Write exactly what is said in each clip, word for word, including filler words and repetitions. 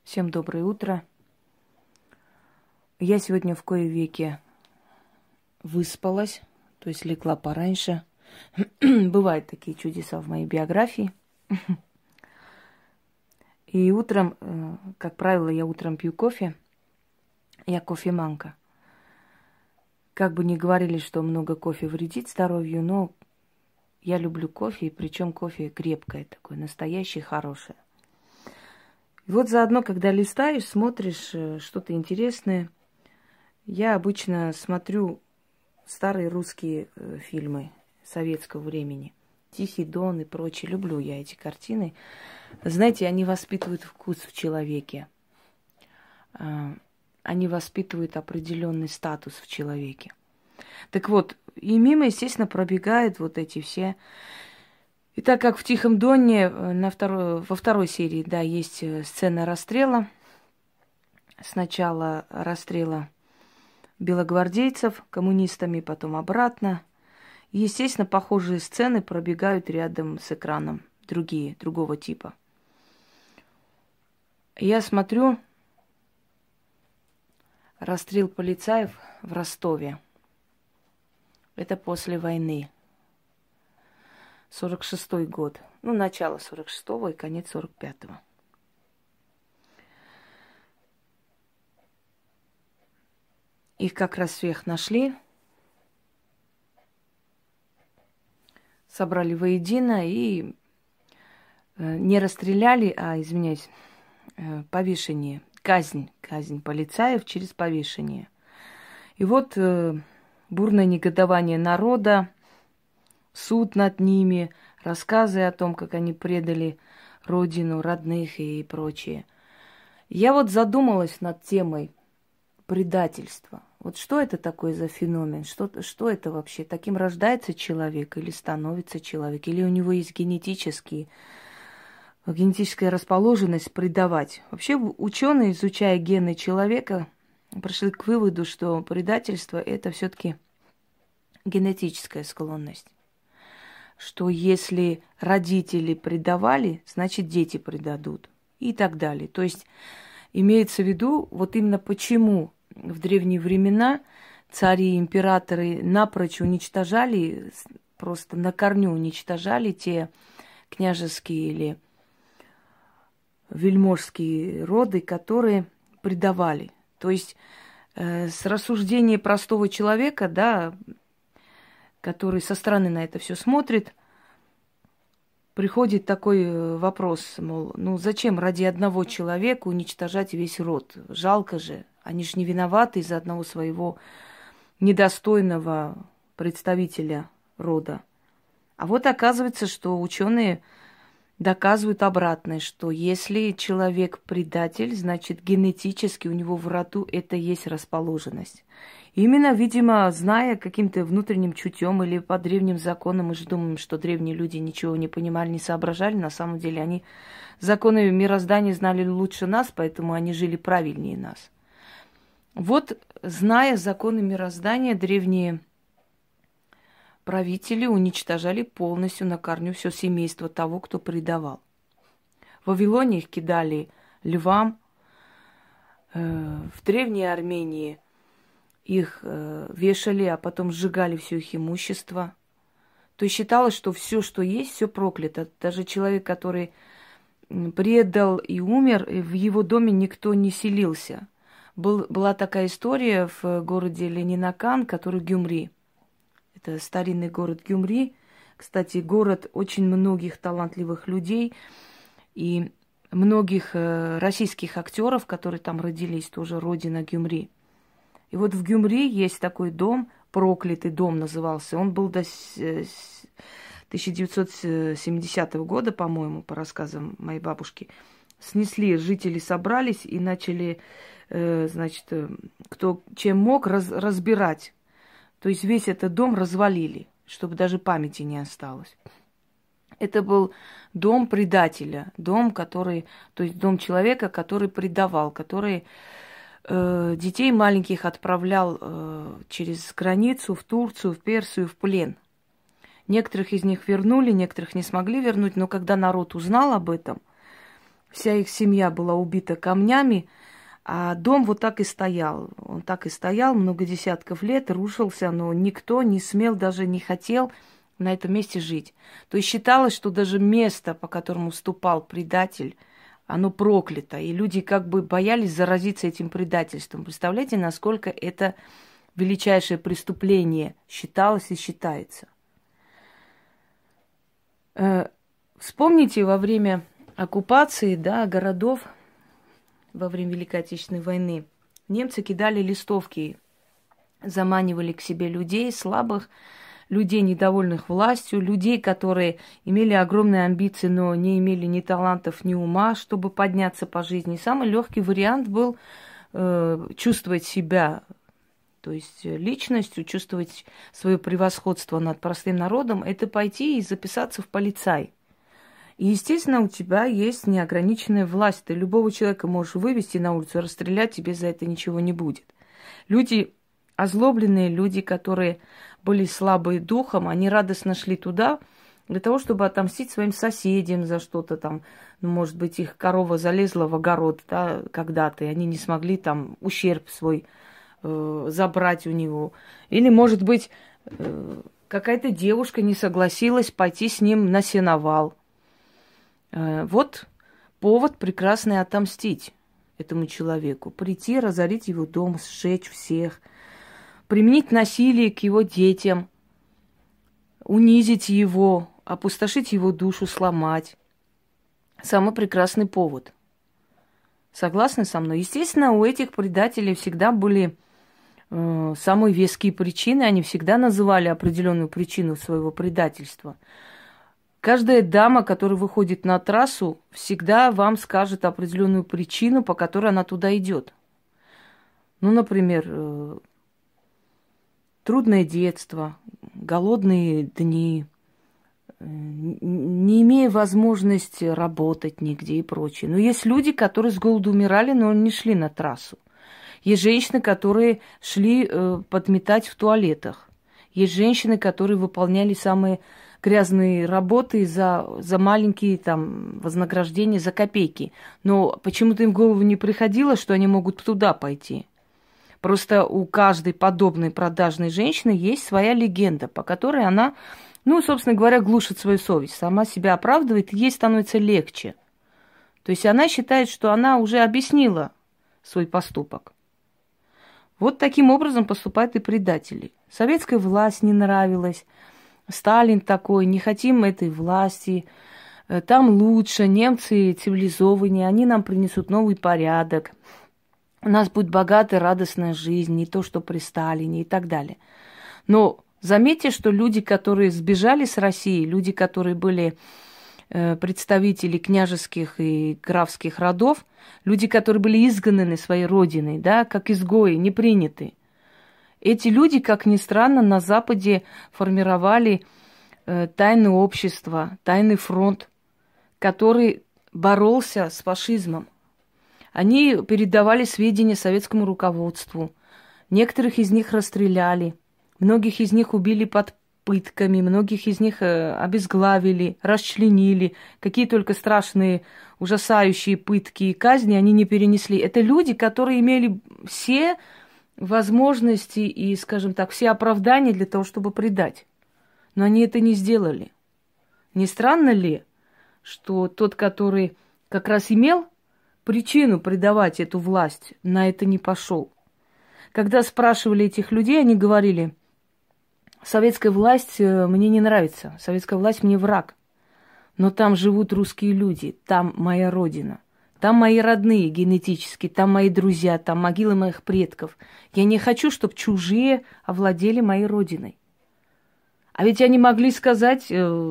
Всем доброе утро. Я сегодня в кои веки выспалась, то есть легла пораньше. Бывают такие чудеса в моей биографии. И утром, как правило, я утром пью кофе. Я кофеманка. Как бы ни говорили, что много кофе вредит здоровью, но я люблю кофе, и причем кофе крепкое такое, настоящее, хорошее. И вот заодно, когда листаешь, смотришь что-то интересное, я обычно смотрю старые русские фильмы советского времени. «Тихий Дон» и прочее. Люблю я эти картины. Знаете, они воспитывают вкус в человеке. Они воспитывают определенный статус в человеке. Так вот, и мимо, естественно, пробегают вот эти все. И так как в «Тихом Доне» на второй, во второй серии, да, есть сцена расстрела. Сначала расстрела белогвардейцев коммунистами, потом обратно. И, естественно, похожие сцены пробегают рядом с экраном. Другие, другого типа. Я смотрю расстрел полицаев в Ростове. Это после войны. сорок шестой год. Ну, начало сорок шестого и конец сорок пятого. Их как раз всех нашли. Собрали воедино и не расстреляли, а, извиняюсь, повешение. Казнь. Казнь полицаев через повешение. И вот бурное негодование народа, суд над ними, рассказы о том, как они предали родину, родных и прочее. Я вот задумалась над темой предательства. Вот что это такое за феномен? Что, что это вообще? Таким рождается человек или становится человек? Или у него есть генетический, генетическая расположенность предавать? Вообще ученые, изучая гены человека, пришли к выводу, что предательство – это все-таки генетическая склонность. Что если родители предавали, значит дети предадут и так далее. То есть имеется в виду вот именно почему в древние времена цари и императоры напрочь уничтожали, просто на корню уничтожали те княжеские или вельможские роды, которые предавали. То есть э, с рассуждения простого человека, да, который со стороны на это все смотрит, приходит такой вопрос, мол, ну зачем ради одного человека уничтожать весь род? Жалко же, они же не виноваты из-за одного своего недостойного представителя рода. А вот оказывается, что ученые доказывают обратное, что если человек предатель, значит генетически у него в роду это есть расположенность. Именно, видимо, зная каким-то внутренним чутьем или по древним законам, мы же думаем, что древние люди ничего не понимали, не соображали. На самом деле они законы мироздания знали лучше нас, поэтому они жили правильнее нас. Вот, зная законы мироздания, древние правители уничтожали полностью на корню все семейство того, кто предавал. В Вавилоне их кидали львам, в Древней Армении их э, вешали, а потом сжигали все их имущество. То есть считалось, что все, что есть, все проклято. Даже человек, который предал и умер, в его доме никто не селился. Был, была такая история в городе Ленинакан, который Гюмри. Это старинный город Гюмри. Кстати, город очень многих талантливых людей и многих э, российских актеров, которые там родились, тоже родина Гюмри. И вот в Гюмри есть такой дом, проклятый дом назывался. Он был до тысяча девятьсот семидесятого года, по-моему, по рассказам моей бабушки. Снесли, жители собрались и начали, э, значит, кто чем мог, раз, разбирать. То есть весь этот дом развалили, чтобы даже памяти не осталось. Это был дом предателя, дом, который, то есть дом человека, который предавал, который детей маленьких отправлял э, через границу в Турцию, в Персию, в плен. Некоторых из них вернули, некоторых не смогли вернуть, но когда народ узнал об этом, вся их семья была убита камнями, а дом вот так и стоял. Он так и стоял много десятков лет, рушился, но никто не смел, даже не хотел на этом месте жить. То есть считалось, что даже место, по которому ступал предатель, оно проклято. И люди как бы боялись заразиться этим предательством. Представляете, насколько это величайшее преступление считалось и считается. Вспомните во время оккупации, да, городов, во время Великой Отечественной войны, немцы кидали листовки, заманивали к себе людей слабых, людей, недовольных властью, людей, которые имели огромные амбиции, но не имели ни талантов, ни ума, чтобы подняться по жизни. Самый легкий вариант был э, чувствовать себя, то есть личностью, чувствовать свое превосходство над простым народом, это пойти и записаться в полицай. И, естественно, у тебя есть неограниченная власть. Ты любого человека можешь вывести на улицу, расстрелять, тебе за это ничего не будет. Люди, озлобленные люди, которые были слабые духом, они радостно шли туда для того, чтобы отомстить своим соседям за что-то там. Ну, может быть, их корова залезла в огород, да, когда-то, и они не смогли там ущерб свой э, забрать у него. Или, может быть, э, какая-то девушка не согласилась пойти с ним на сеновал. Вот повод прекрасный отомстить этому человеку. Прийти, разорить его дом, сжечь всех, применить насилие к его детям, унизить его, опустошить его душу, сломать. Самый прекрасный повод. Согласны со мной? Естественно, у этих предателей всегда были э, самые веские причины. Они всегда называли определенную причину своего предательства. Каждая дама, которая выходит на трассу, всегда вам скажет определенную причину, по которой она туда идет. Ну, например, трудное детство, голодные дни, не имея возможности работать нигде и прочее. Но есть люди, которые с голоду умирали, но не шли на трассу. Есть женщины, которые шли подметать в туалетах. Есть женщины, которые выполняли самые грязные работы за, за маленькие там вознаграждения, за копейки. Но почему-то им в голову не приходило, что они могут туда пойти. Просто у каждой подобной продажной женщины есть своя легенда, по которой она, ну, собственно говоря, глушит свою совесть, сама себя оправдывает, и ей становится легче. То есть она считает, что она уже объяснила свой поступок. Вот таким образом поступают и предатели. Советская власть не нравилась, Сталин такой, не хотим этой власти, там лучше, немцы цивилизованнее, они нам принесут новый порядок, у нас будет богатая, радостная жизнь, не то, что при Сталине и так далее. Но заметьте, что люди, которые сбежали с России, люди, которые были представители княжеских и графских родов, люди, которые были изгнаны своей родиной, да, как изгои, не приняты. Эти люди, как ни странно, на Западе формировали э, тайное общество, тайный фронт, который боролся с фашизмом. Они передавали сведения советскому руководству. Некоторых из них расстреляли, многих из них убили под пытками, многих из них э, обезглавили, расчленили. Какие только страшные, ужасающие пытки и казни они не перенесли. Это люди, которые имели все возможности и, скажем так, все оправдания для того, чтобы предать. Но они это не сделали. Не странно ли, что тот, который как раз имел причину предавать эту власть, на это не пошел? Когда спрашивали этих людей, они говорили: советская власть мне не нравится, советская власть мне враг, но там живут русские люди, там моя родина. Там мои родные генетически, там мои друзья, там могилы моих предков. Я не хочу, чтобы чужие овладели моей родиной. А ведь они могли сказать: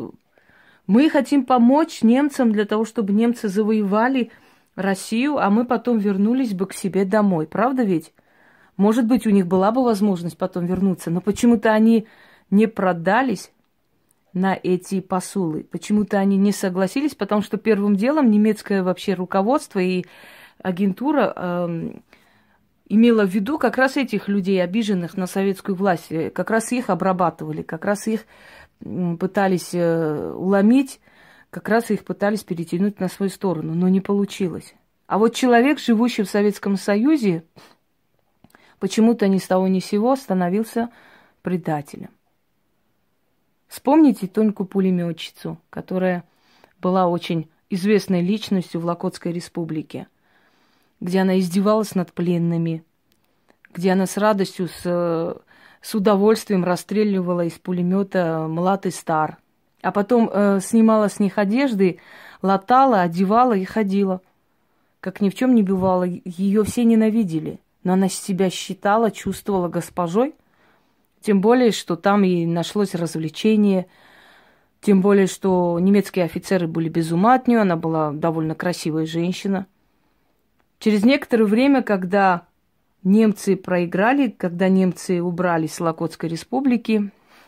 мы хотим помочь немцам для того, чтобы немцы завоевали Россию, а мы потом вернулись бы к себе домой. Правда ведь? Может быть, у них была бы возможность потом вернуться, но почему-то они не продались на эти посулы. Почему-то они не согласились, потому что первым делом немецкое вообще руководство и агентура э, имела в виду как раз этих людей, обиженных на советскую власть. Как раз их обрабатывали, как раз их пытались э, уломить, как раз их пытались перетянуть на свою сторону, но не получилось. А вот человек, живущий в Советском Союзе, почему-то ни с того ни с сего становился предателем. Вспомните Тоньку пулеметчицу, которая была очень известной личностью в Локотской республике, где она издевалась над пленными, где она с радостью, с, с удовольствием расстреливала из пулемета млад и стар, а потом э, снимала с них одежды, латала, одевала и ходила. Как ни в чем не бывало, ее все ненавидели, но она себя считала, чувствовала госпожой, тем более, что там и нашлось развлечение, тем более, что немецкие офицеры были без ума от нее, она была довольно красивая женщина. Через некоторое время, когда немцы проиграли, когда немцы убрались с Локотской республики,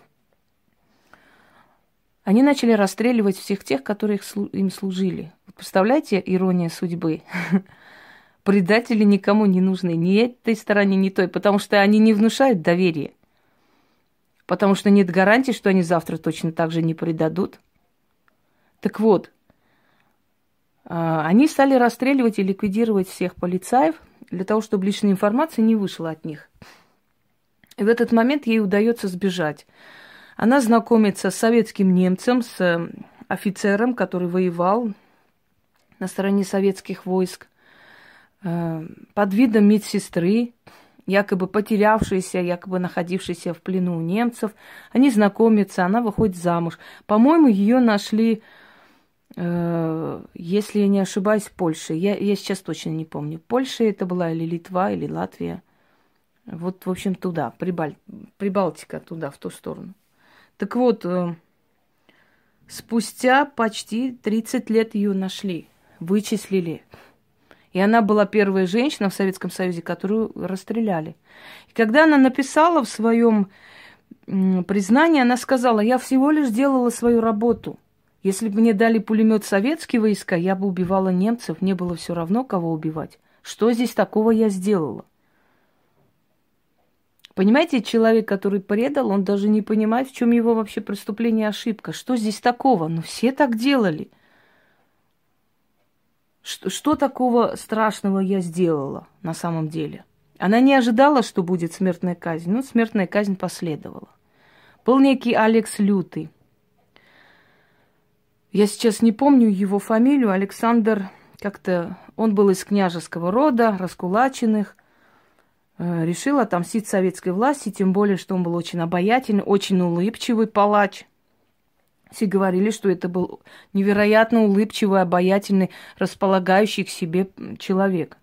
они начали расстреливать всех тех, которые им служили. Представляете, ирония судьбы? Предатели никому не нужны, ни этой стороне, ни той, потому что они не внушают доверия. Потому что нет гарантии, что они завтра точно так же не предадут. Так вот, они стали расстреливать и ликвидировать всех полицаев для того, чтобы лишняя информация не вышла от них. И в этот момент ей удается сбежать. Она знакомится с советским немцем, с офицером, который воевал на стороне советских войск, под видом медсестры, якобы потерявшейся, якобы находившейся в плену у немцев. Они знакомятся, она выходит замуж. По-моему, ее нашли, э, если я не ошибаюсь, в Польше. Я, я сейчас точно не помню. Польша это была или Литва, или Латвия. Вот, в общем, туда, Прибаль... Прибалтика, туда, в ту сторону. Так вот, э, спустя почти тридцать лет ее нашли, вычислили. И она была первая женщина в Советском Союзе, которую расстреляли. И когда она написала в своем признании, она сказала: я всего лишь делала свою работу. Если бы мне дали пулемет советские войска, я бы убивала немцев, мне было все равно, кого убивать. Что здесь такого я сделала? Понимаете, человек, который предал, он даже не понимает, в чем его вообще преступление, ошибка. Что здесь такого? Ну, все так делали. Что, что такого страшного я сделала на самом деле? Она не ожидала, что будет смертная казнь, но смертная казнь последовала. Был некий Алекс Лютый. Я сейчас не помню его фамилию. Александр как-то... Он был из княжеского рода, раскулаченных. Решил отомстить советской власти, тем более, что он был очень обаятельный, очень улыбчивый палач. Все говорили, что это был невероятно улыбчивый, обаятельный, располагающий к себе человек.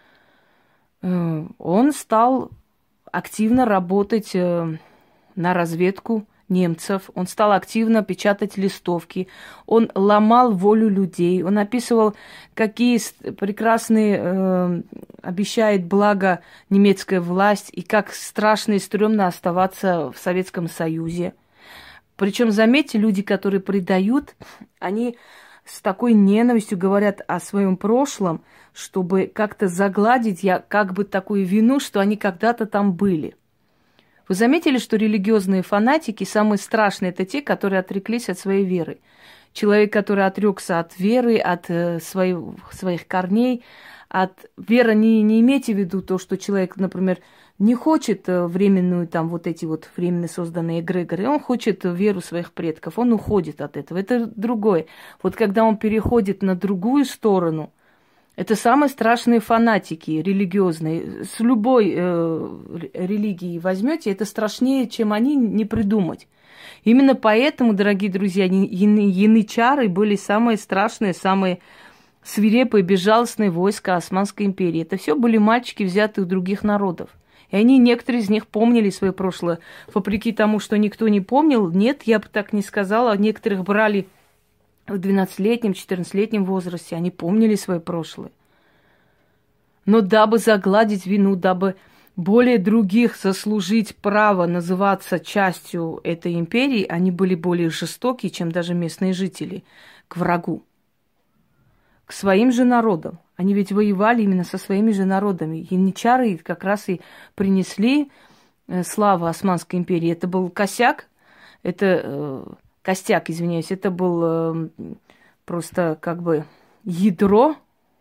Он стал активно работать на разведку немцев, он стал активно печатать листовки, он ломал волю людей, он описывал, какие прекрасные э, обещает благо немецкая власть и как страшно и стрёмно оставаться в Советском Союзе. Причем, заметьте, люди, которые предают, они с такой ненавистью говорят о своем прошлом, чтобы как-то загладить я как бы такую вину, что они когда-то там были. Вы заметили, что религиозные фанатики самые страшные — это те, которые отреклись от своей веры. Человек, который отрекся от веры, от э, своих, своих корней, от веры, не, не имейте в виду то, что человек, например, не хочет временную, там, вот эти вот временно созданные эгрегоры, он хочет веру своих предков, он уходит от этого. Это другое. Вот когда он переходит на другую сторону, это самые страшные фанатики религиозные. С любой э, религии возьмете, это страшнее, чем они, не придумать. Именно поэтому, дорогие друзья, янычары были самые страшные, самые свирепые, безжалостные войска Османской империи. Это все были мальчики, взятые у других народов. И они, некоторые из них, помнили свое прошлое. Вопреки тому, что никто не помнил, нет, я бы так не сказала. Некоторых брали в двенадцатилетнем, четырнадцатилетнем возрасте. Они помнили свое прошлое. Но дабы загладить вину, дабы более других заслужить право называться частью этой империи, они были более жестоки, чем даже местные жители, к врагу, к своим же народам. Они ведь воевали именно со своими же народами. Янычары как раз и принесли славу Османской империи. Это был косяк, это э, костяк, извиняюсь, это был э, просто как бы ядро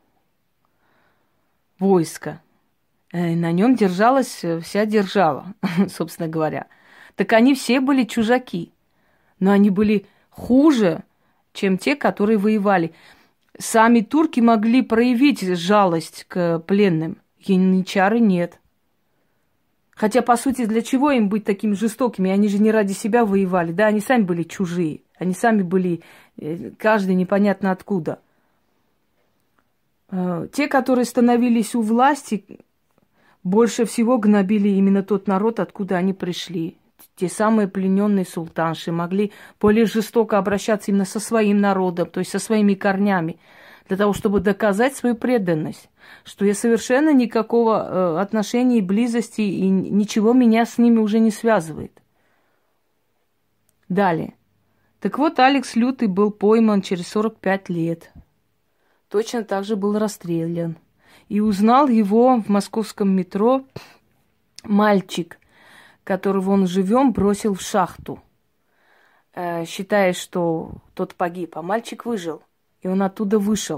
войска. На нем держалась вся держава, собственно говоря. Так они все были чужаки, но они были хуже, чем те, которые воевали. Сами турки могли проявить жалость к пленным, янычары нет. Хотя, по сути, для чего им быть такими жестокими? Они же не ради себя воевали, да, они сами были чужие, они сами были, каждый непонятно откуда. Те, которые становились у власти, больше всего гнобили именно тот народ, откуда они пришли. Те самые плененные султанши могли более жестоко обращаться именно со своим народом, то есть со своими корнями, для того, чтобы доказать свою преданность, что я совершенно никакого э, отношения и близости, и ничего меня с ними уже не связывает. Далее. Так вот, Алекс Лютый был пойман через сорок пять лет. Точно так же был расстрелян. И узнал его в московском метро мальчик, которого он живем бросил в шахту, э, считая, что тот погиб, а мальчик выжил, и он оттуда вышел.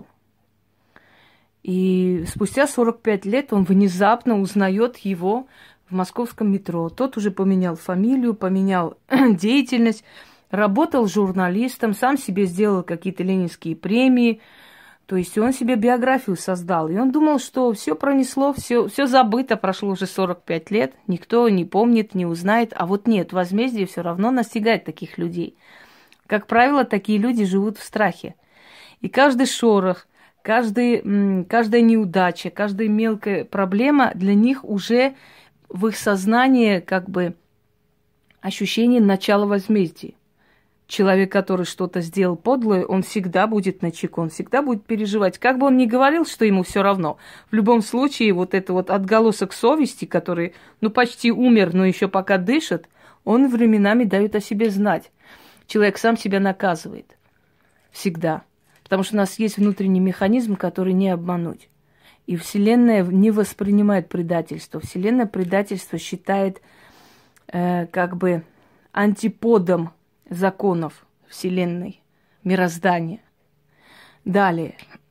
И спустя сорок пять лет он внезапно узнает его в московском метро. Тот уже поменял фамилию, поменял деятельность, работал журналистом, сам себе сделал какие-то ленинские премии. То есть он себе биографию создал. И он думал, что все пронесло, все, все забыто, прошло уже сорок пять лет, никто не помнит, не узнает. А вот нет, возмездие все равно настигает таких людей. Как правило, такие люди живут в страхе. И каждый шорох, каждый, каждая неудача, каждая мелкая проблема для них уже в их сознании как бы ощущение начала возмездия. Человек, который что-то сделал подлое, он всегда будет начеку, он всегда будет переживать. Как бы он ни говорил, что ему все равно, в любом случае вот это вот отголосок совести, который, ну, почти умер, но еще пока дышит, он временами дает о себе знать. Человек сам себя наказывает. Всегда. Потому что у нас есть внутренний механизм, который не обмануть. И Вселенная не воспринимает предательство. Вселенная предательство считает э, как бы антиподом законов Вселенной, мироздания. Далее.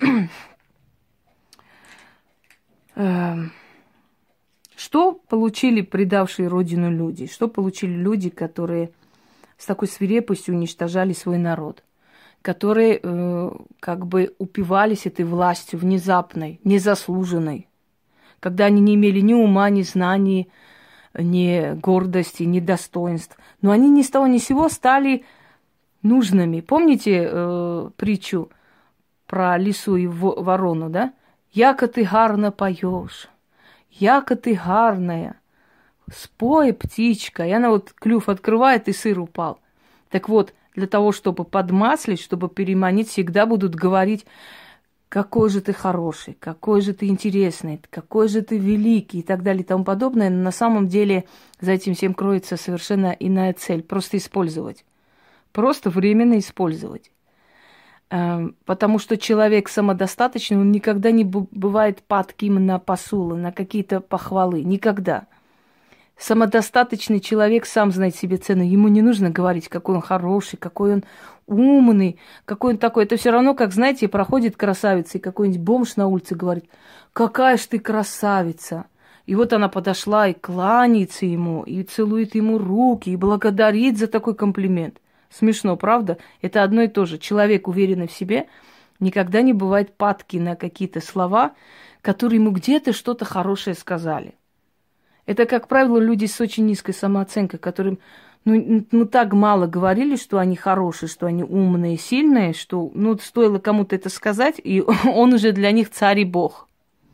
Что получили предавшие Родину люди? Что получили люди, которые с такой свирепостью уничтожали свой народ? Которые э, как бы упивались этой властью внезапной, незаслуженной, когда они не имели ни ума, ни знаний, ни гордости, ни достоинств. Но они ни с того ни с сего стали нужными. Помните э, притчу про лису и ворону, да? «Яко ты гарно поешь, яко ты гарная, спой, птичка». И она вот клюв открывает, и сыр упал. Так вот, для того, чтобы подмаслить, чтобы переманить, всегда будут говорить: какой же ты хороший, какой же ты интересный, какой же ты великий и так далее и тому подобное. Но на самом деле за этим всем кроется совершенно иная цель. Просто использовать. Просто временно использовать. Потому что человек самодостаточный, он никогда не бывает падким на посулы, на какие-то похвалы. Никогда. Самодостаточный человек сам знает себе цену. Ему не нужно говорить, какой он хороший, какой он умный, какой он такой. Это все равно, как, знаете, проходит красавица, и какой-нибудь бомж на улице говорит: какая ж ты красавица. И вот она подошла и кланяется ему, и целует ему руки, и благодарит за такой комплимент. Смешно, правда? Это одно и то же. Человек, уверенный в себе, никогда не бывает падки на какие-то слова, которые ему где-то что-то хорошее сказали. Это, как правило, люди с очень низкой самооценкой, которым ну, ну так мало говорили, что они хорошие, что они умные, сильные, что ну, стоило кому-то это сказать, и он уже для них царь и бог.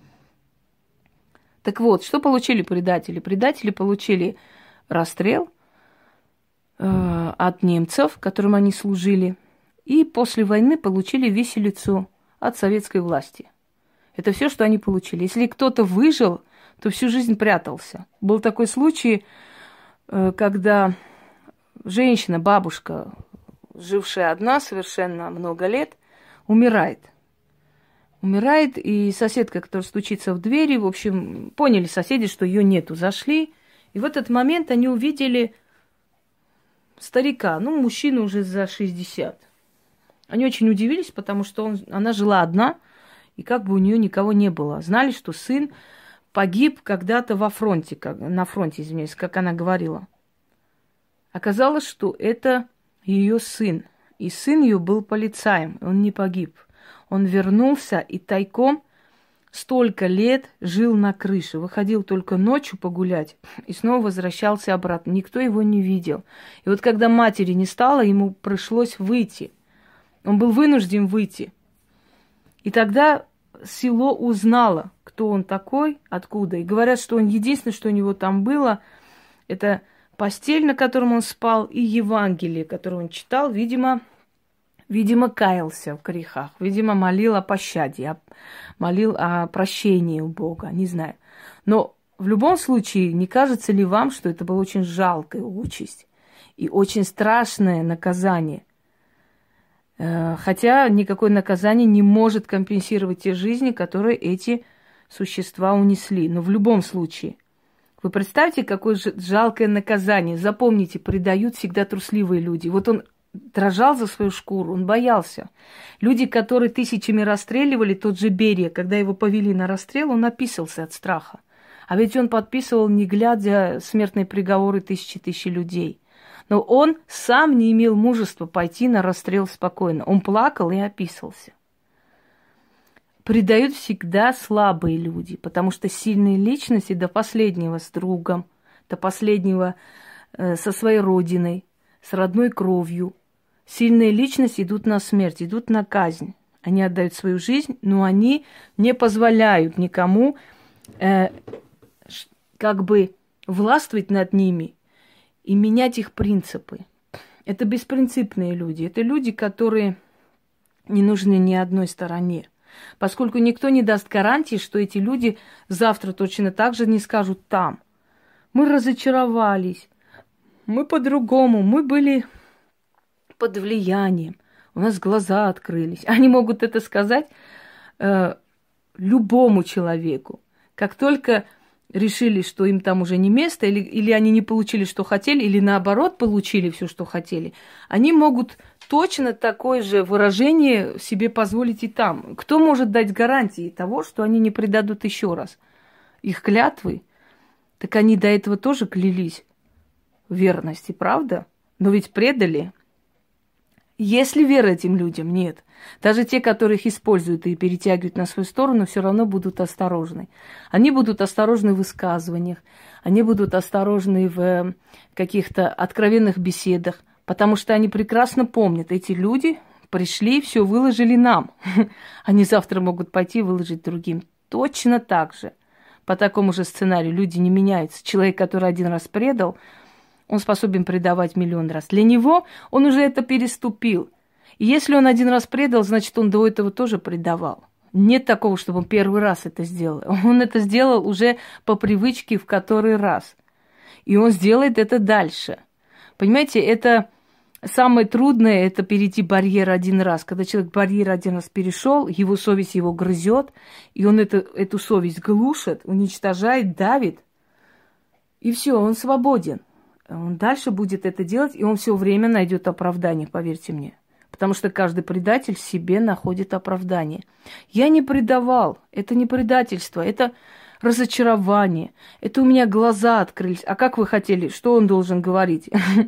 Так вот, что получили предатели? Предатели получили расстрел э, от немцев, которым они служили, и после войны получили виселицу от советской власти. Это все, что они получили. Если кто-то выжил, то всю жизнь прятался. Был такой случай, когда женщина, бабушка, жившая одна совершенно много лет, умирает. Умирает, и соседка, которая стучится в двери, в общем, поняли соседи, что ее нету, зашли. И в этот момент они увидели старика, ну, мужчину уже за шестьдесят. Они очень удивились, потому что он, она жила одна, и как бы у нее никого не было. Знали, что сын погиб когда-то во фронте, как, на фронте, извиняюсь, как она говорила. Оказалось, что это ее сын. И сын ее был полицаем, он не погиб. Он вернулся и тайком столько лет жил на крыше. Выходил только ночью погулять и снова возвращался обратно. Никто его не видел. И вот когда матери не стало, ему пришлось выйти. Он был вынужден выйти. И тогда село узнало, кто он такой, откуда. И говорят, что он единственное, что у него там было, это постель, на котором он спал, и Евангелие, которое он читал, видимо, видимо, каялся в грехах, видимо, молил о пощаде, молил о прощении у Бога, не знаю. Но в любом случае, не кажется ли вам, что это была очень жалкая участь и очень страшное наказание? Хотя никакое наказание не может компенсировать те жизни, которые эти существа унесли. Но в любом случае, вы представьте, какое жалкое наказание. Запомните, предают всегда трусливые люди. Вот он дрожал за свою шкуру, он боялся. Люди, которые тысячами расстреливали, тот же Берия, когда его повели на расстрел, он описался от страха. А ведь он подписывал, не глядя, смертные приговоры тысячи тысячи людей. Но он сам не имел мужества пойти на расстрел спокойно. Он плакал и описался. Предают всегда слабые люди, потому что сильные личности до последнего с другом, до последнего э, со своей родиной, с родной кровью. Сильные личности идут на смерть, идут на казнь. Они отдают свою жизнь, но они не позволяют никому э, как бы властвовать над ними и менять их принципы. Это беспринципные люди. Это люди, которые не нужны ни одной стороне. Поскольку никто не даст гарантии, что эти люди завтра точно так же не скажут там. Мы разочаровались, мы по-другому, мы были под влиянием, у нас глаза открылись. Они могут это сказать э, любому человеку. Как только решили, что им там уже не место, или, или они не получили, что хотели, или наоборот получили все, что хотели, они могут точно такое же выражение себе позволить и там. Кто может дать гарантии того, что они не предадут еще раз? Их клятвы, так они до этого тоже клялись в верности, правда? Но ведь предали. Есть ли вера этим людям? Нет. Даже те, которые их используют и перетягивают на свою сторону, все равно будут осторожны. Они будут осторожны в высказываниях, они будут осторожны в каких-то откровенных беседах, потому что они прекрасно помнят, эти люди пришли, все выложили нам. Они завтра могут пойти и выложить другим. Точно так же. По такому же сценарию люди не меняются. Человек, который один раз предал, он способен предавать миллион раз. Для него он уже это переступил. И если он один раз предал, значит, он до этого тоже предавал. Нет такого, чтобы он первый раз это сделал. Он это сделал уже по привычке в который раз. И он сделает это дальше. Понимаете, это самое трудное, это перейти барьер один раз. Когда человек барьер один раз перешел, его совесть его грызет, и он это, эту совесть глушит, уничтожает, давит. И все, он свободен. Он дальше будет это делать, и он все время найдет оправдание, поверьте мне. Потому что каждый предатель себе находит оправдание. Я не предавал, это не предательство, это разочарование. Это у меня глаза открылись. А как вы хотели, что он должен говорить?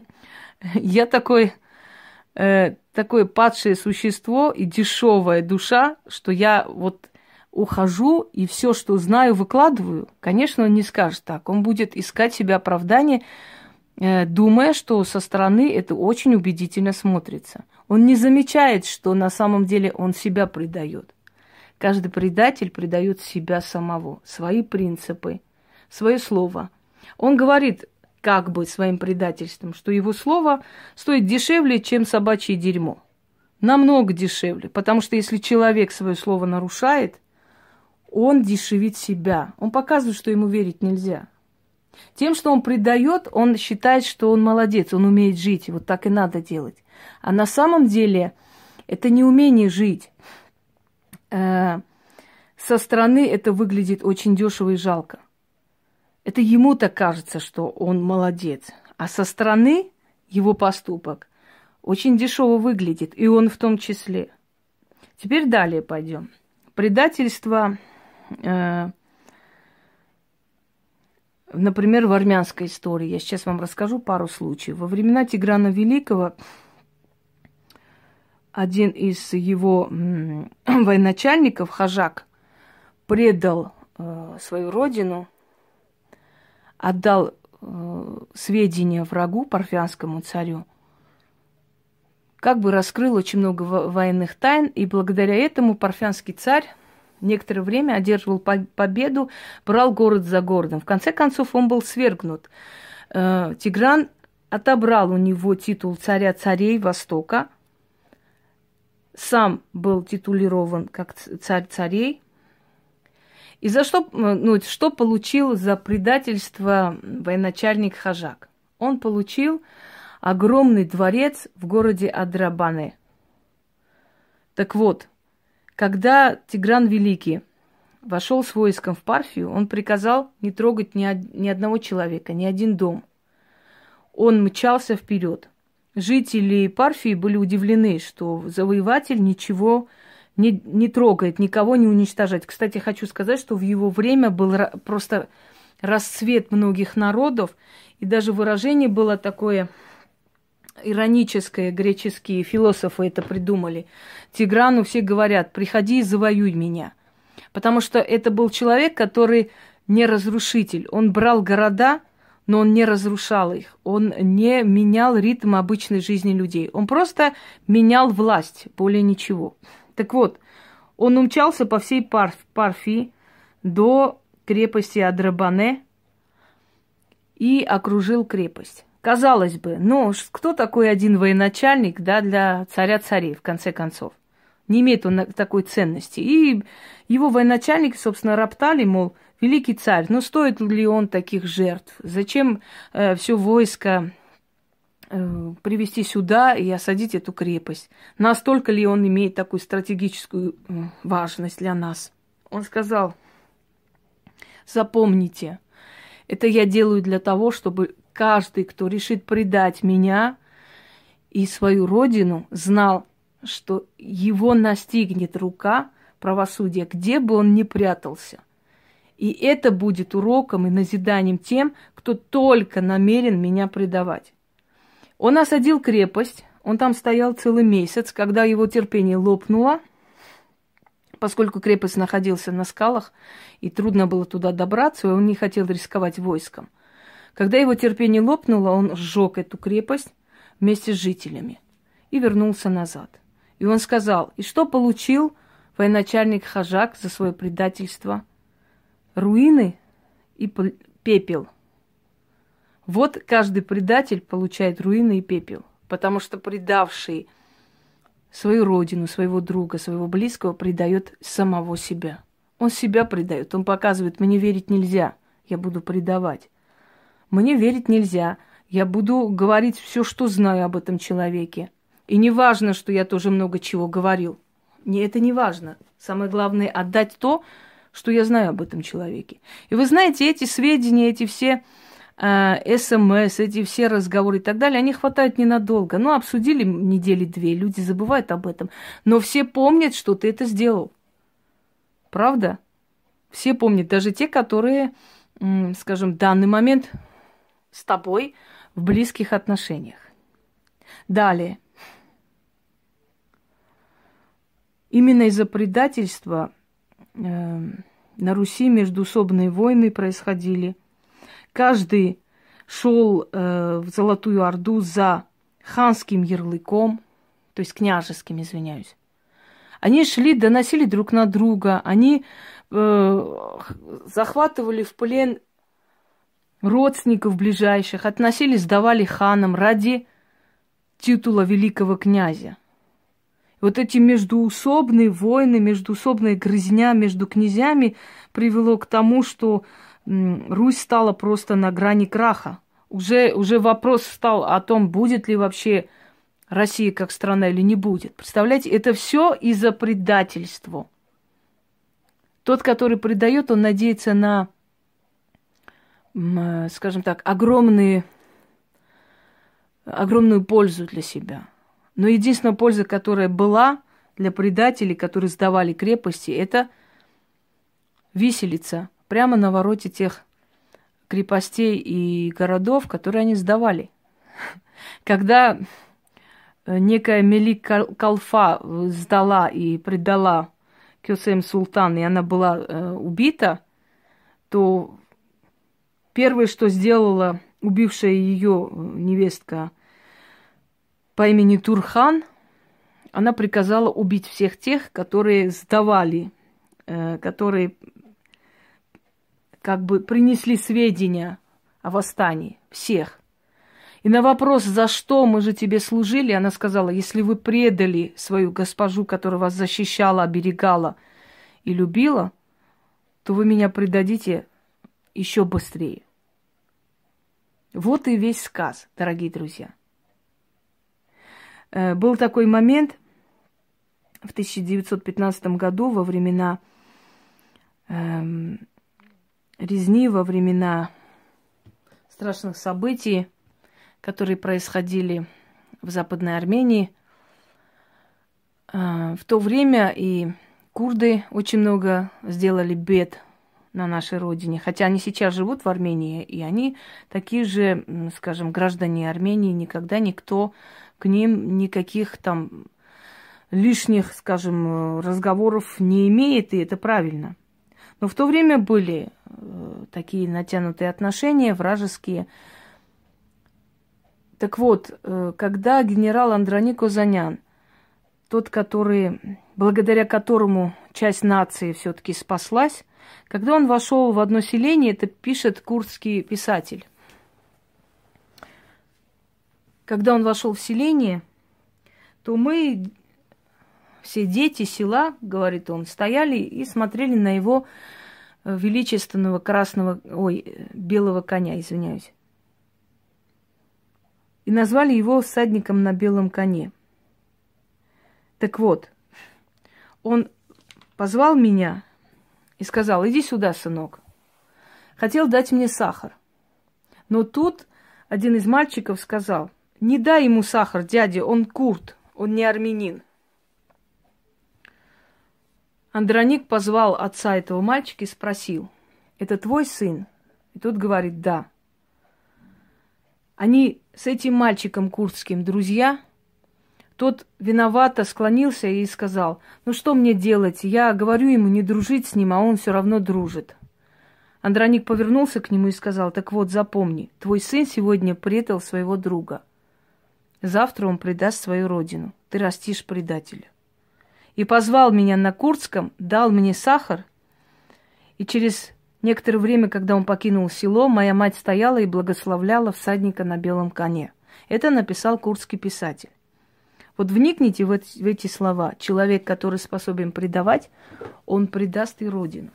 Я такой, э, такое падшее существо и дешевая душа, что я вот ухожу и все, что знаю, выкладываю. Конечно, он не скажет так. Он будет искать себе оправдание, э, думая, что со стороны это очень убедительно смотрится. Он не замечает, что на самом деле он себя предает. Каждый предатель предает себя самого, свои принципы, свое слово. Он говорит как бы своим предательством, что его слово стоит дешевле, чем собачье дерьмо. Намного дешевле, потому что если человек свое слово нарушает, он дешевит себя. Он показывает, что ему верить нельзя. Тем, что он предает, он считает, что он молодец, он умеет жить, и вот так и надо делать. А на самом деле это не умение жить. Со стороны это выглядит очень дешево и жалко. Это ему так кажется, что он молодец. А со стороны его поступок Очень дешево выглядит, и он в том числе. Теперь далее пойдем. Предательство, э, например, в армянской истории. Я сейчас вам расскажу пару случаев. Во времена Тиграна Великого один из его м, военачальников, Хажак, предал э, свою родину, отдал э, сведения врагу, парфянскому царю, как бы раскрыл очень много военных тайн, и благодаря этому парфянский царь некоторое время одерживал победу, брал город за городом. В конце концов, он был свергнут. Э, Тигран отобрал у него титул царя царей Востока, сам был титулирован как царь царей. И за что, ну, что получил за предательство военачальник Хажак? Он получил огромный дворец в городе Адрабане. Так вот, когда Тигран Великий вошел с войском в Парфию, он приказал не трогать ни, од- ни одного человека, ни один дом. Он мчался вперед. Жители Парфии были удивлены, что завоеватель ничего не, не трогает, никого не уничтожает. Кстати, хочу сказать, что в его время был просто расцвет многих народов, и даже выражение было такое ироническое, греческие философы это придумали. Тиграну все говорят: приходи и завоюй меня. Потому что это был человек, который не разрушитель. Он брал города, но он не разрушал их. Он не менял ритм обычной жизни людей. Он просто менял власть, более ничего. Так вот, он умчался по всей Парф- Парфии до крепости Адрабане и окружил крепость. Казалось бы, ну, кто такой один военачальник, да, для царя царей, в конце концов? Не имеет он такой ценности. И его военачальники, собственно, роптали, мол, великий царь, ну стоит ли он таких жертв? Зачем э, все войско э, привести сюда и осадить эту крепость? Настолько ли он имеет такую стратегическую э, важность для нас? Он сказал: запомните, это я делаю для того, чтобы каждый, кто решит предать меня и свою родину, знал, что его настигнет рука правосудия, где бы он ни прятался. И это будет уроком и назиданием тем, кто только намерен меня предавать. Он осадил крепость, он там стоял целый месяц, когда его терпение лопнуло, поскольку крепость находилась на скалах, и трудно было туда добраться, и он не хотел рисковать войском. Когда его терпение лопнуло, он сжег эту крепость вместе с жителями и вернулся назад. И он сказал: и что получил военачальник Хажак за свое предательство? Руины и пепел. Вот каждый предатель получает руины и пепел, потому что предавший свою родину, своего друга, своего близкого предает самого себя. Он себя предает, он показывает: мне верить нельзя, я буду предавать. Мне верить нельзя, я буду говорить все, что знаю об этом человеке. И не важно, что я тоже много чего говорил. Не, это не важно. Самое главное — отдать то, что я знаю об этом человеке. И вы знаете, эти сведения, эти все э, СМС, эти все разговоры и так далее, они хватают ненадолго. Ну, обсудили недели-две, люди забывают об этом. Но все помнят, что ты это сделал. Правда? Все помнят, даже те, которые, м, скажем, в данный момент с тобой в близких отношениях. Далее. Именно из-за предательства э, на Руси междоусобные войны происходили. Каждый шел э, в Золотую Орду за ханским ярлыком, то есть княжеским, извиняюсь. Они шли, доносили друг на друга, они э, захватывали в плен родственников ближайших, относили, сдавали ханам ради титула великого князя. Вот эти междуусобные войны, междуусобная грызня между князьями привело к тому, что Русь стала просто на грани краха. Уже, уже вопрос стал о том, будет ли вообще Россия как страна или не будет. Представляете, это все из-за предательства. Тот, который предает, он надеется на, скажем так, огромные, огромную пользу для себя. Но единственная польза, которая была для предателей, которые сдавали крепости, это виселица прямо на вороте тех крепостей и городов, которые они сдавали. Когда некая Мелик Калфа сдала и предала Кесем Султан, и она была э, убита, то первое, что сделала убившая ее невестка по имени Турхан, она приказала убить всех тех, которые сдавали, э, которые как бы принесли сведения о восстании. Всех. И на вопрос, за что мы же тебе служили, она сказала, если вы предали свою госпожу, которая вас защищала, оберегала и любила, то вы меня предадите еще быстрее. Вот и весь сказ, дорогие друзья. Был такой момент в тысяча девятьсот пятнадцатом году, во времена эм, резни, во времена страшных событий, которые происходили в Западной Армении. В то время и курды очень много сделали бед на нашей родине. Хотя они сейчас живут в Армении, и они такие же, скажем, граждане Армении. Никогда никто к ним никаких там лишних, скажем, разговоров не имеет, и это правильно. Но в то время были такие натянутые отношения, вражеские. Так вот, когда генерал Андроник Озанян, тот, который, благодаря которому часть нации все-таки спаслась, когда он вошел в одно селение, это пишет курдский писатель. Когда он вошел в селение, то мы, все дети села, говорит он, стояли и смотрели на его величественного красного, ой, белого коня, извиняюсь. И назвали его всадником на белом коне. Так вот, он позвал меня и сказал, иди сюда, сынок. Хотел дать мне сахар. Но тут один из мальчиков сказал, не дай ему сахар, дядя, он курд, он не армянин. Андроник позвал отца этого мальчика и спросил, это твой сын? И тот говорит, да. Они с этим мальчиком курдским друзья. Тот виновато склонился и сказал, ну что мне делать? Я говорю ему не дружить с ним, а он все равно дружит. Андроник повернулся к нему и сказал, так вот, запомни, твой сын сегодня предал своего друга. Завтра он предаст свою родину. Ты растишь предателя. И позвал меня на курдском, дал мне сахар, и через некоторое время, когда он покинул село, моя мать стояла и благословляла всадника на белом коне. Это написал курдский писатель. Вот вникните в эти, в эти слова. Человек, который способен предавать, он предаст и родину.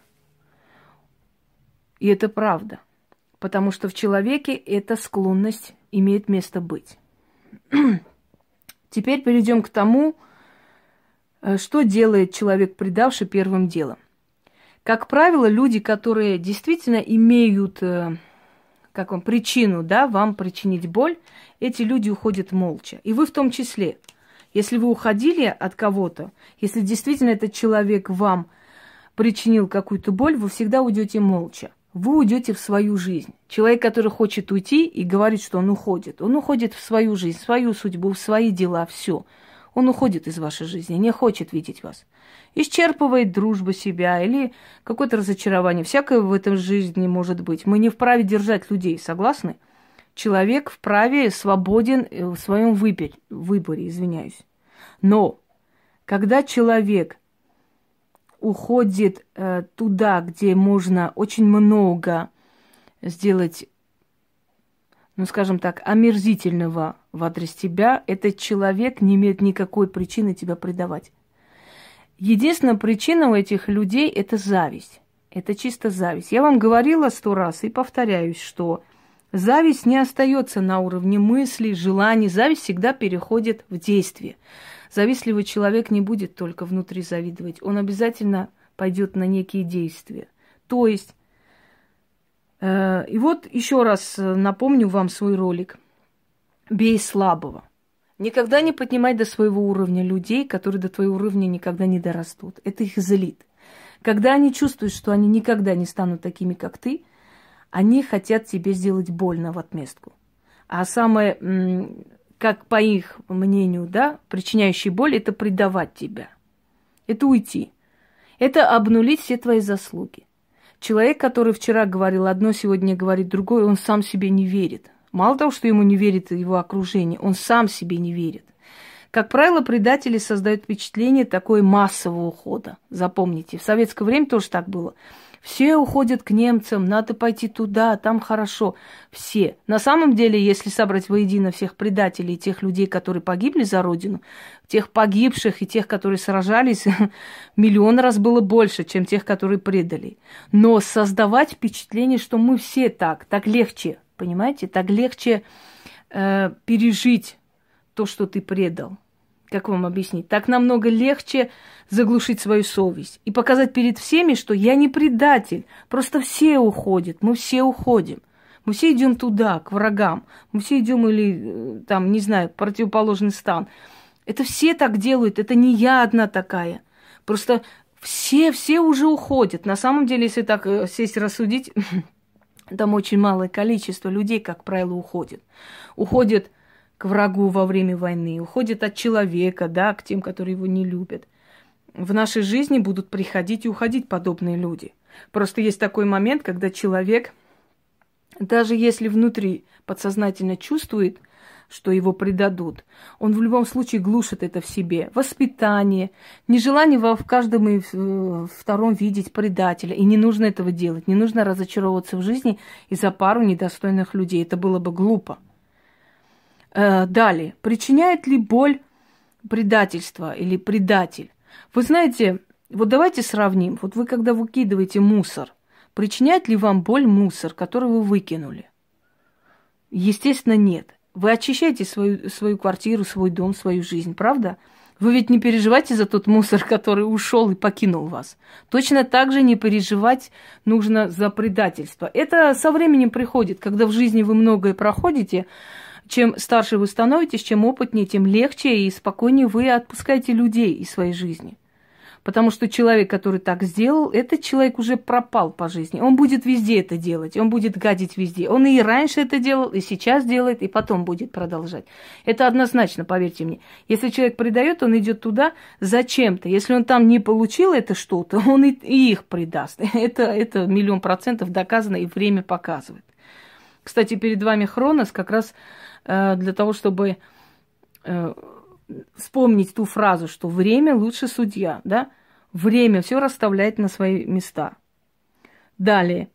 И это правда. Потому что в человеке эта склонность имеет место быть. Теперь перейдем к тому, что делает человек, предавший первым делом. Как правило, люди, которые действительно имеют как вам, причину, да, вам причинить боль, эти люди уходят молча. И вы в том числе. Если вы уходили от кого-то, если действительно этот человек вам причинил какую-то боль, вы всегда уйдете молча. Вы уйдете в свою жизнь. Человек, который хочет уйти и говорит, что он уходит, он уходит в свою жизнь, в свою судьбу, в свои дела, все. Он уходит из вашей жизни, не хочет видеть вас. Исчерпывает дружбу себя или какое-то разочарование. Всякое в этом жизни может быть. Мы не вправе держать людей, согласны? Человек вправе свободен в своем выборе, выборе, извиняюсь. Но когда человек уходит э, туда, где можно очень много сделать, ну, скажем так, омерзительного в адрес тебя, этот человек не имеет никакой причины тебя предавать. Единственная причина у этих людей – это зависть. Это чисто зависть. Я вам говорила сто раз и повторяюсь, что зависть не остается на уровне мыслей, желаний. Зависть всегда переходит в действие. Завистливый человек не будет только внутри завидовать. Он обязательно пойдет на некие действия. То есть, э, и вот еще раз напомню вам свой ролик «Бей слабого». Никогда не поднимай до своего уровня людей, которые до твоего уровня никогда не дорастут. Это их злит. Когда они чувствуют, что они никогда не станут такими, как ты, они хотят тебе сделать больно в отместку. А самое, как по их мнению, да, причиняющее боль, это предавать тебя. Это уйти. Это обнулить все твои заслуги. Человек, который вчера говорил одно, сегодня говорит другое, он сам себе не верит. Мало того, что ему не верит его окружение, он сам себе не верит. Как правило, предатели создают впечатление такой массового ухода. Запомните, в советское время тоже так было. Все уходят к немцам, надо пойти туда, там хорошо. Все. На самом деле, если собрать воедино всех предателей, тех людей, которые погибли за Родину, тех погибших и тех, которые сражались, миллион раз было больше, чем тех, которые предали. Но создавать впечатление, что мы все так, так легче, понимаете, так легче э, пережить то, что ты предал. Как вам объяснить? Так намного легче заглушить свою совесть и показать перед всеми, что я не предатель. Просто все уходят, мы все уходим. Мы все идем туда, к врагам. Мы все идем или, там, не знаю, в противоположный стан. Это все так делают, это не я одна такая. Просто все, все уже уходят. На самом деле, если так сесть рассудить, там очень малое количество людей, как правило, уходит. Уходят к врагу во время войны, уходит от человека, да, к тем, которые его не любят. В нашей жизни будут приходить и уходить подобные люди. Просто есть такой момент, когда человек, даже если внутри подсознательно чувствует, что его предадут, он в любом случае глушит это в себе. Воспитание, нежелание в каждом и втором видеть предателя. И не нужно этого делать, не нужно разочаровываться в жизни из-за пару недостойных людей. Это было бы глупо. Далее. Причиняет ли боль предательство или предатель? Вы знаете, вот давайте сравним. Вот вы, когда выкидываете мусор, причиняет ли вам боль мусор, который вы выкинули? Естественно, нет. Вы очищаете свою, свою квартиру, свой дом, свою жизнь, правда? Вы ведь не переживаете за тот мусор, который ушел и покинул вас. Точно так же не переживать нужно за предательство. Это со временем приходит, когда в жизни вы многое проходите. Чем старше вы становитесь, чем опытнее, тем легче и спокойнее вы отпускаете людей из своей жизни. Потому что человек, который так сделал, этот человек уже пропал по жизни. Он будет везде это делать, он будет гадить везде. Он и раньше это делал, и сейчас делает, и потом будет продолжать. Это однозначно, поверьте мне. Если человек предает, он идет туда зачем-то. Если он там не получил это что-то, он и, и их предаст. Это, это миллион процентов доказано, и время показывает. Кстати, перед вами Хронос как раз э, для того, чтобы э, вспомнить ту фразу, что время лучше судья, да? Время все расставляет на свои места. Далее.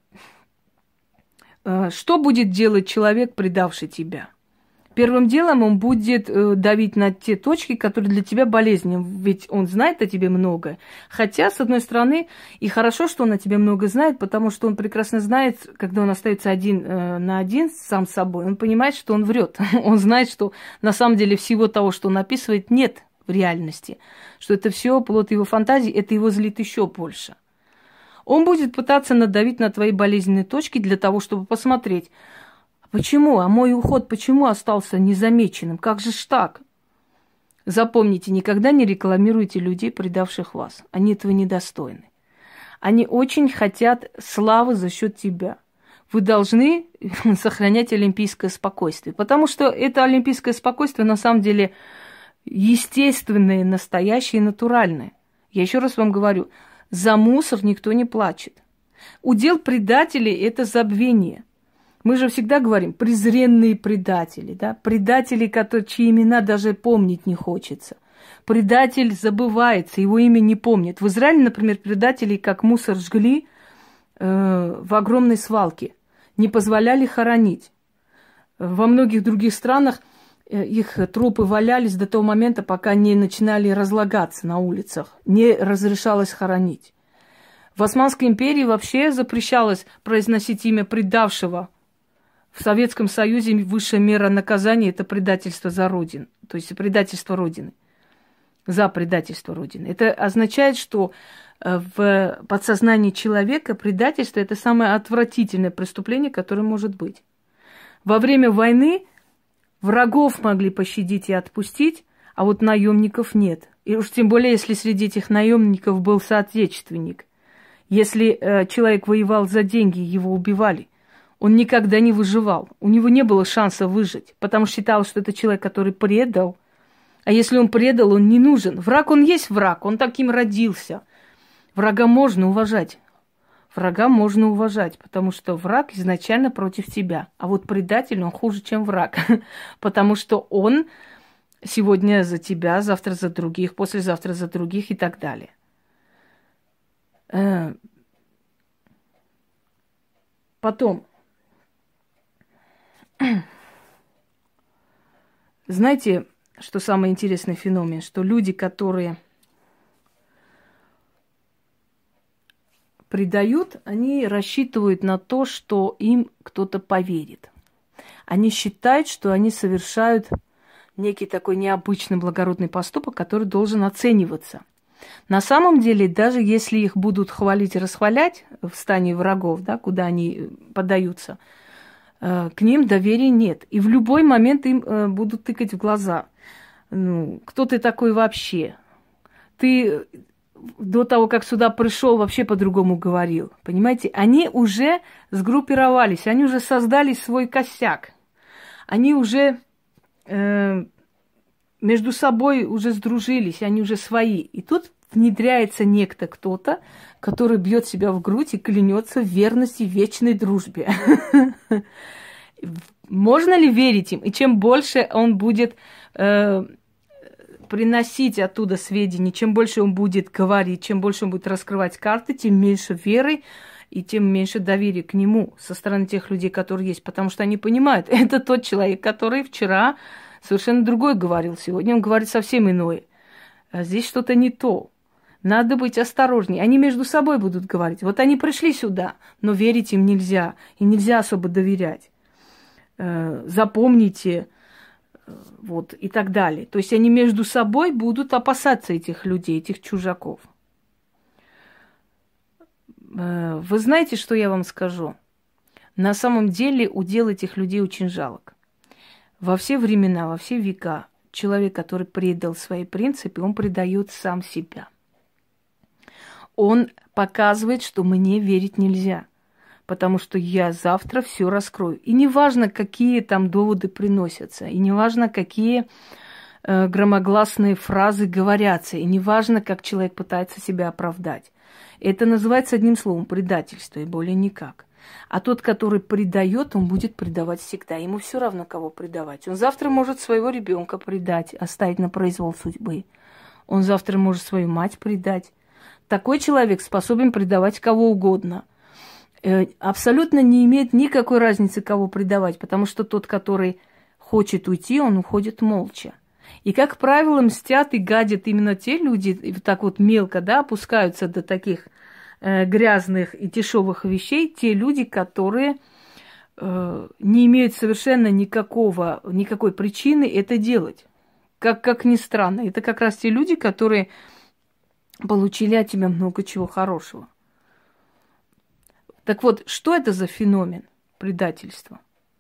Э, что будет делать человек, предавший тебя? Первым делом он будет э, давить на те точки, которые для тебя болезненны, ведь он знает о тебе многое. Хотя, с одной стороны, и хорошо, что он о тебе много знает, потому что он прекрасно знает, когда он остается один э, на один сам с собой, он понимает, что он врет. Он знает, что на самом деле всего того, что он описывает, нет в реальности. Что это все плод его фантазии, это его злит еще больше. Он будет пытаться надавить на твои болезненные точки для того, чтобы посмотреть, почему? А мой уход почему остался незамеченным? Как же ж так? Запомните, никогда не рекламируйте людей, предавших вас. Они этого недостойны. Они очень хотят славы за счет тебя. Вы должны сохранять олимпийское спокойствие. Потому что это олимпийское спокойствие на самом деле естественное, настоящее и натуральное. Я еще раз вам говорю, за мусор никто не плачет. Удел предателей – это забвение. Мы же всегда говорим, презренные предатели, да? Предатели, которые, чьи имена даже помнить не хочется. Предатель забывается, его имя не помнит. В Израиле, например, предателей как мусор жгли э, в огромной свалке, не позволяли хоронить. Во многих других странах э, их трупы валялись до того момента, пока не начинали разлагаться на улицах, не разрешалось хоронить. В Османской империи вообще запрещалось произносить имя предавшего. В Советском Союзе высшая мера наказания – это предательство за Родину, то есть предательство Родины, за предательство Родины. Это означает, что в подсознании человека предательство – это самое отвратительное преступление, которое может быть. Во время войны Врагов могли пощадить и отпустить, а вот наемников нет. И уж тем более, если среди этих наемников был соотечественник. Если э, человек воевал за деньги, его убивали. Он никогда не выживал. У него не было шанса выжить, потому что считалось, что это человек, который предал. А если он предал, он не нужен. Враг, он есть враг, он таким родился. Врага можно уважать. Врага можно уважать, потому что враг изначально против тебя. А вот предатель, он хуже, чем враг. Потому что он сегодня за тебя, завтра за других, послезавтра за других и так далее. Потом, знаете, что самый интересный феномен? Что люди, которые предают, они рассчитывают на то, что им кто-то поверит. Они считают, что они совершают некий такой необычный благородный поступок, который должен оцениваться. На самом деле, даже если их будут хвалить и расхвалять в стане врагов, да, куда они поддаются, э, к ним доверия нет. И в любой момент им э, будут тыкать в глаза. Ну, кто ты такой вообще? Ты до того, как сюда пришел, вообще по-другому говорил. Понимаете? Они уже сгруппировались, они уже создали свой косяк. Они уже э, между собой уже сдружились, они уже свои. И тут внедряется некто, кто-то, который бьет себя в грудь и клянется в верности вечной дружбе. Можно ли верить им? И чем больше он будет э, приносить оттуда сведения, чем больше он будет говорить, чем больше он будет раскрывать карты, тем меньше веры и тем меньше доверия к нему со стороны тех людей, которые есть. Потому что они понимают, это тот человек, который вчера совершенно другой говорил, сегодня он говорит совсем иное. А здесь что-то не то. Надо быть осторожней. Они между собой будут говорить. Вот они пришли сюда, но верить им нельзя. И нельзя особо доверять. Запомните, вот, и так далее. То есть они между собой будут опасаться этих людей, этих чужаков. Вы знаете, что я вам скажу? На самом деле удел этих людей очень жалок. Во все времена, во все века человек, который предал свои принципы, он предает сам себя. Он показывает, что мне верить нельзя, потому что я завтра все раскрою. И неважно, какие там доводы приносятся, и неважно, какие э, громогласные фразы говорятся, и неважно, как человек пытается себя оправдать. Это называется одним словом предательство, и более никак. А тот, который предает, он будет предавать всегда. Ему все равно, кого предавать. Он завтра может своего ребенка предать, оставить на произвол судьбы. Он завтра может свою мать предать. Такой человек способен предавать кого угодно. Абсолютно не имеет никакой разницы, кого предавать, потому что тот, который хочет уйти, он уходит молча. И, как правило, мстят и гадят именно те люди, и вот так вот мелко, да, опускаются до таких э, грязных и дешевых вещей, те люди, которые э, не имеют совершенно никакого, никакой причины это делать. Как, как ни странно, это как раз те люди, которые получили от тебя много чего хорошего. Так вот, что это за феномен предательства?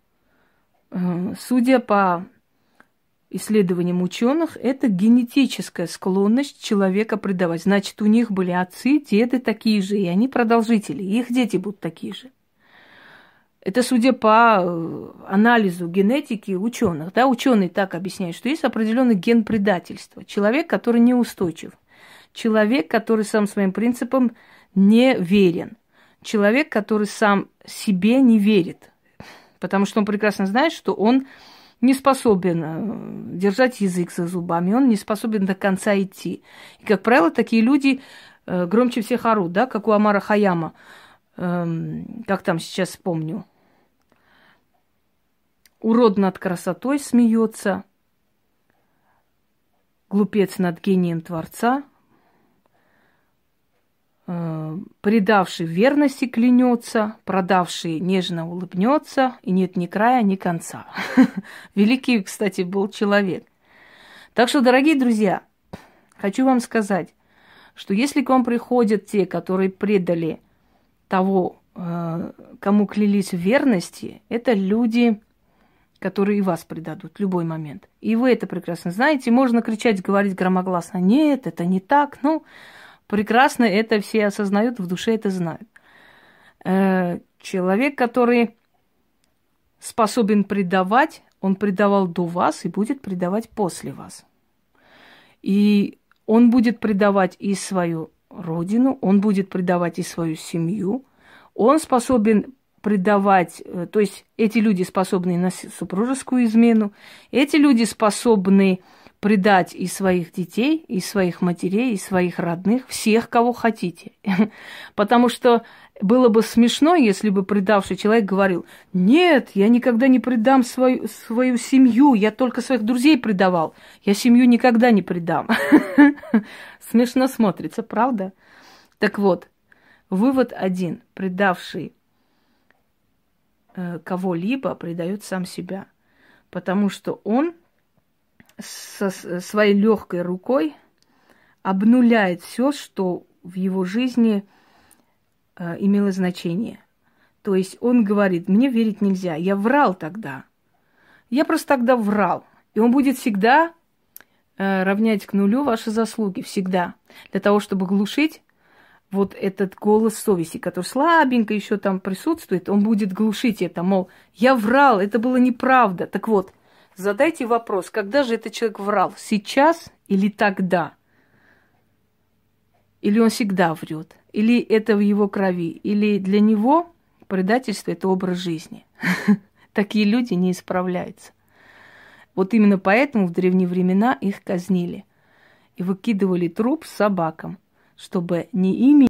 Судя по исследованиям ученых, это генетическая склонность человека предавать. Значит, у них были отцы, деды такие же, и они продолжители, и их дети будут такие же. Это судя по анализу генетики ученых. Да, ученые так объясняют, что есть определенный ген предательства. Человек, который неустойчив. Человек, который сам своим принципам не верен. Человек, который сам себе не верит. Потому что он прекрасно знает, что он не способен держать язык за зубами, он не способен до конца идти. И, как правило, такие люди громче всех орут, да, как у Омара Хайяма. Эм, как там сейчас вспомню. Урод над красотой смеется, глупец над гением Творца, предавший верности клянется, продавший нежно улыбнется, и нет ни края, ни конца. Великий, кстати, был человек. Так что, дорогие друзья, хочу вам сказать, что если к вам приходят те, которые предали того, кому клялись в верности, это люди, которые и вас предадут в любой момент. И вы это прекрасно знаете. Можно кричать, говорить громогласно: нет, это не так. Ну, прекрасно это все осознают, в душе это знают. Человек, который способен предавать, он предавал до вас и будет предавать после вас. И он будет предавать и свою родину, он будет предавать и свою семью. Он способен предавать, то есть эти люди способны на супружескую измену, эти люди способны предать и своих детей, и своих матерей, и своих родных, всех, кого хотите. Потому что было бы смешно, если бы предавший человек говорил: нет, я никогда не предам свою, свою семью, я только своих друзей предавал, я семью никогда не предам. Смешно смотрится, правда? Так вот, вывод один. Предавший э, кого-либо предает сам себя, потому что он со своей легкой рукой обнуляет все, что в его жизни э, имело значение. То есть он говорит: мне верить нельзя, я врал тогда. Я просто тогда врал. И он будет всегда э, равнять к нулю ваши заслуги, всегда. Для того, чтобы глушить вот этот голос совести, который слабенько еще там присутствует, он будет глушить это, мол, я врал, это было неправда. Так вот, задайте вопрос, когда же этот человек врал? Сейчас или тогда? Или он всегда врет? Или это в его крови? Или для него предательство – это образ жизни? Такие люди не исправляются. Вот именно поэтому в древние времена их казнили. И выкидывали труп с собакам, чтобы не ими